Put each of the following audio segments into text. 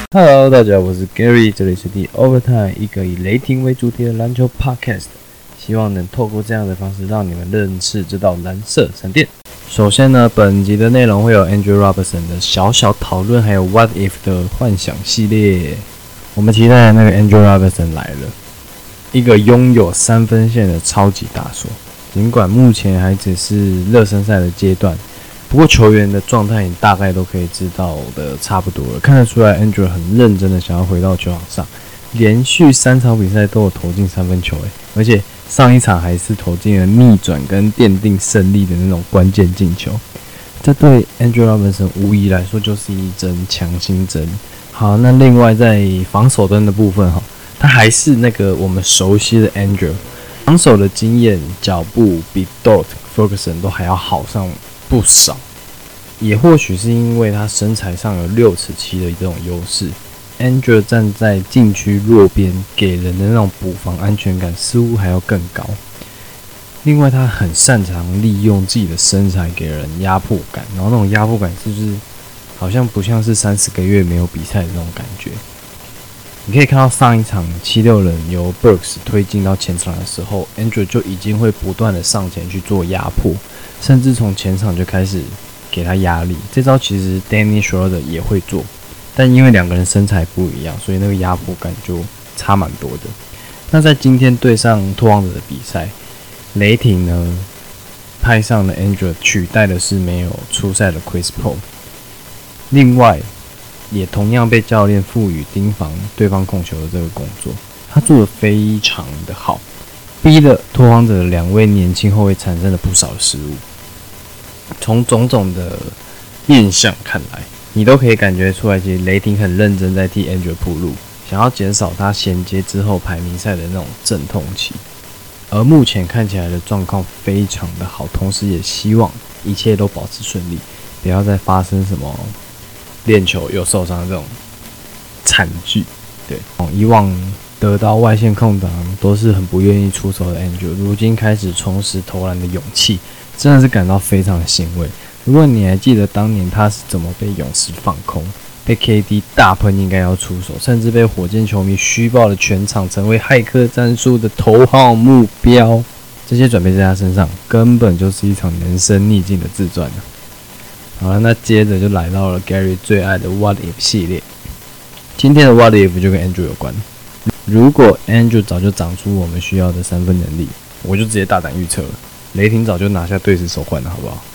Hello，大家好，我是 Gary， 这里是The Overtime， 一个以雷霆为主题的篮球 Podcast， 希望能透过这样的方式让你们认识这道蓝色闪电。首先呢，本集的内容会有 Andrew Robertson 的小小讨论，还有 What If 的幻想系列。我们期待的那个 Andrew Robertson 来了，一个拥有3分线的超级大手。尽管目前还只是热身赛的阶段，不过球员的状态你大概都可以知道的差不多了。看得出来 Andrew 很认真的想要回到球场上，连续3场比赛都有投进3分球，而且上一场还是投进了逆转跟奠定胜利的那种关键进球。这对 Andrew Robertson 无疑来说就是一针强心针。好，那另外在防守端的部分他还是那个我们熟悉的 Andrew， 防守的经验、脚步比 Dort、Ferguson 都还要好上不少，也或许是因为他身材上有6尺7的这种优势。Andrew 站在禁区弱边，给人的那种补防安全感似乎还要更高。另外，他很擅长利用自己的身材给人压迫感，然后那种压迫感就是好像不像是30个月没有比赛的那种感觉。你可以看到上一场76人由 Burks 推进到前场的时候 ，Andrew 就已经会不断的上前去做压迫，甚至从前场就开始给他压力。这招其实 Dennis Schroeder 也会做，但因为2个人身材不一样，所以那个压迫感就差蛮多的。那在今天对上拓荒者的比赛，雷霆呢派上了 Andrew 取代的是没有出赛的 Chris Paul， 另外也同样被教练赋予盯防对方控球的这个工作，他做得非常的好，逼得拓荒者的2位年轻后卫产生了不少的失误。从种种的面向看来，你都可以感觉出来，其实雷霆很认真在替 Andrew 铺路，想要减少他衔接之后排名赛的那种阵痛期。而目前看起来的状况非常的好，同时也希望一切都保持顺利，不要再发生什么练球又受伤这种惨剧。对，以往得到外线空档都是很不愿意出手的 Andrew， 如今开始重拾投篮的勇气，真的是感到非常的欣慰。如果你还记得当年他是怎么被勇士放空，被 KD 大喷应该要出手，甚至被火箭球迷虚报了全场，成为骇客战术的头号目标，这些准备在他身上根本就是一场人生逆境的自传。好了，那接着就来到了 Gary 最爱的 What If 系列。今天的 What If 就跟 Andrew 有关。如果 Andrew 早就长出我们需要的3分能力，我就直接大胆预测了，雷霆早就拿下队史首冠了，好不好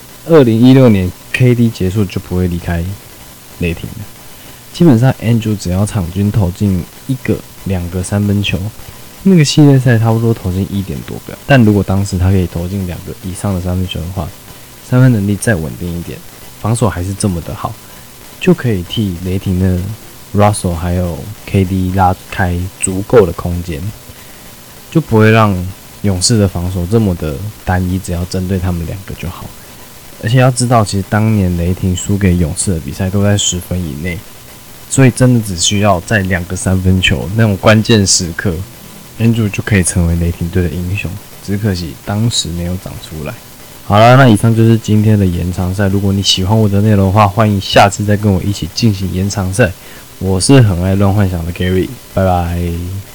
？2016年 KD 结束就不会离开雷霆了。基本上 Andrew 只要场均投进1个、2个3分球，那个系列赛差不多投进1点多个。但如果当时他可以投进2个以上的3分球的话，3分能力再稳定一点，防守还是这么的好，就可以替雷霆的 Russell 还有 KD 拉开足够的空间，就不会让勇士的防守这么的单一，只要针对他们2个就好。而且要知道，其实当年雷霆输给勇士的比赛都在10分以内，所以真的只需要在2个3分球那种关键时刻 ，Andrew 就可以成为雷霆队的英雄。只可惜当时没有长出来。好啦，那以上就是今天的延长赛。如果你喜欢我的内容的话，欢迎下次再跟我一起进行延长赛。我是很爱乱幻想的 Gary， 拜拜。